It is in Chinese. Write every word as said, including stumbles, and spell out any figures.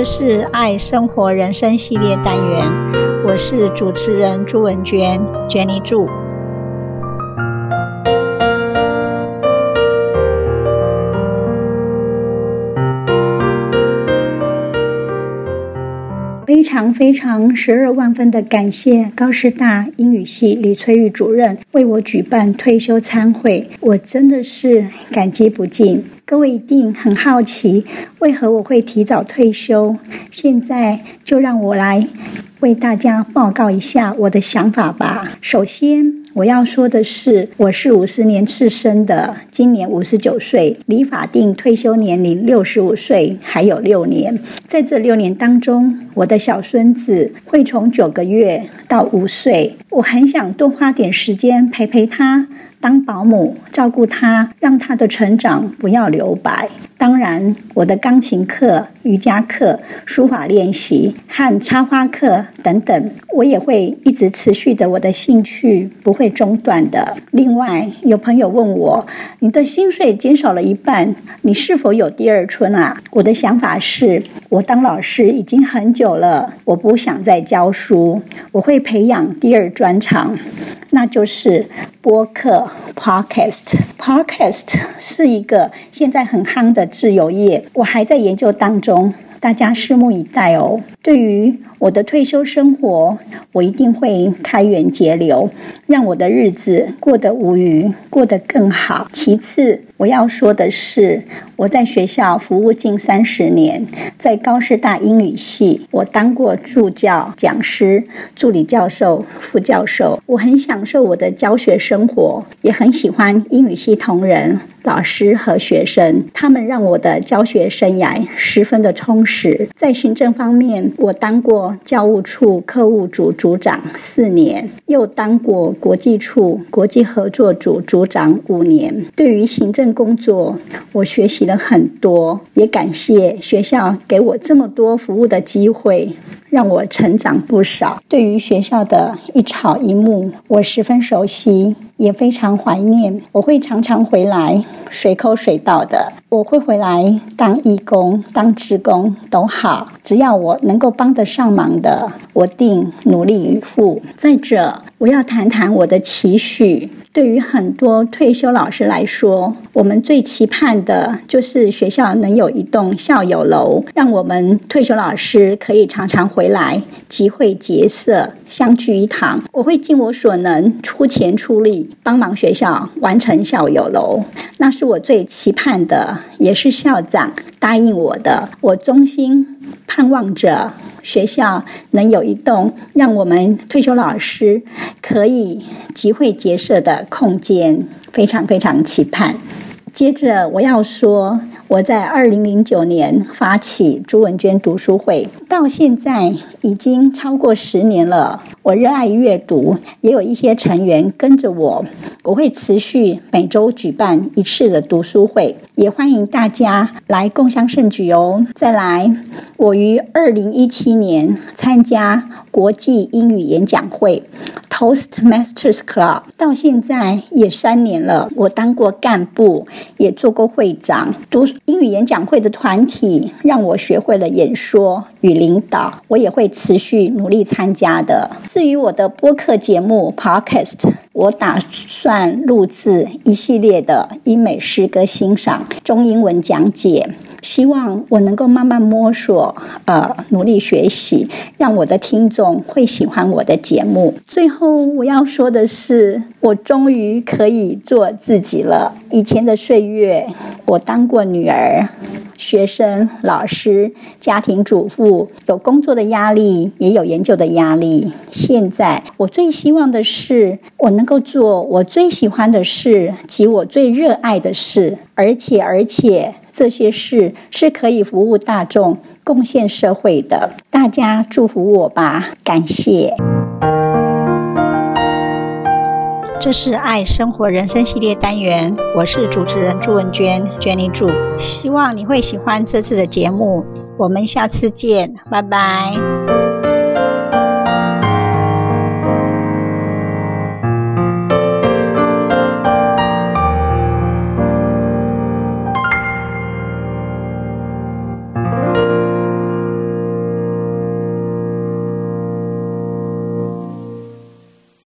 是爱生活人生系列单元，我是主持人朱文娟 Jenny 朱。 非常非常十二万分的感谢高师大英语系李翠玉主任为我举办退休餐会，我真的是感激不尽。各位一定很好奇，为何我会提早退休？现在就让我来为大家报告一下我的想法吧。首先我要说的是，我是五十年次生的，今年五十九岁，离法定退休年龄六十五岁还有六年。在这六年当中，我的小孙子会从九个月到五岁，我很想多花点时间陪陪他，当保姆，照顾他，让他的成长不要留白。当然，我的钢琴课、瑜伽课、书法练习和插花课等等，我也会一直持续的，我的兴趣不会中断的。另外，有朋友问我，你的薪水减少了一半，你是否有第二春啊？我的想法是，我当老师已经很久了，我不想再教书，我会培养第二专长，那就是播客 Podcast Podcast 是一个现在很夯的自由业，我还在研究当中，大家拭目以待哦。对于我的退休生活，我一定会开源节流，让我的日子过得无虞，过得更好。其次，我要说的是，我在学校服务近三十年，在高师大英语系，我当过助教、讲师、助理教授、副教授。我很享受我的教学生活，也很喜欢英语系同仁、老师和学生，他们让我的教学生涯十分的充实。在行政方面，我当过教务处客户组组长四年，又当过国际处国际合作组组长五年。对于行政工作，我学习了很多，也感谢学校给我这么多服务的机会，让我成长不少。对于学校的一草一木，我十分熟悉，也非常怀念。我会常常回来，随口随到的。我会回来当义工、当志工都好，只要我能够帮得上忙的，我定努力以赴。再者，我要谈谈我的期许。对于很多退休老师来说，我们最期盼的就是学校能有一栋校友楼，让我们退休老师可以常常回来集会结社，相聚一堂。我会尽我所能，出钱出力，帮忙学校完成校友楼，那是我最期盼的，也是校长答应我的。我衷心盼望着学校能有一栋让我们退休老师可以集会结社的空间，非常非常期盼。接着我要说，我在二零零九年发起朱文娟读书会，到现在已经超过十年了。我热爱阅读，也有一些成员跟着我，我会持续每周举办一次的读书会，也欢迎大家来共襄盛举哦。再来，我于二零一七年参加国际英语演讲会 Toastmasters Club， 到现在也三年了。我当过干部，也做过会长。读英语演讲会的团体让我学会了演说与领导，我也会持续努力参加的。至于我的播客节目 Podcast， 我打算录制一系列的英美诗歌欣赏、中英文讲解，希望我能够慢慢摸索，呃，努力学习，让我的听众会喜欢我的节目。最后我要说的是，我终于可以做自己了。以前的岁月，我当过女儿、学生、老师、家庭主妇，有工作的压力，也有研究的压力。现在我最希望的是，我能够做我最喜欢的事及我最热爱的事，而且而且这些事是可以服务大众、贡献社会的。大家祝福我吧，感谢。 这是爱生活人生系列单元，我是主持人朱文娟 Jenny 朱，希望你会喜欢这次的节目，我们下次见，拜拜。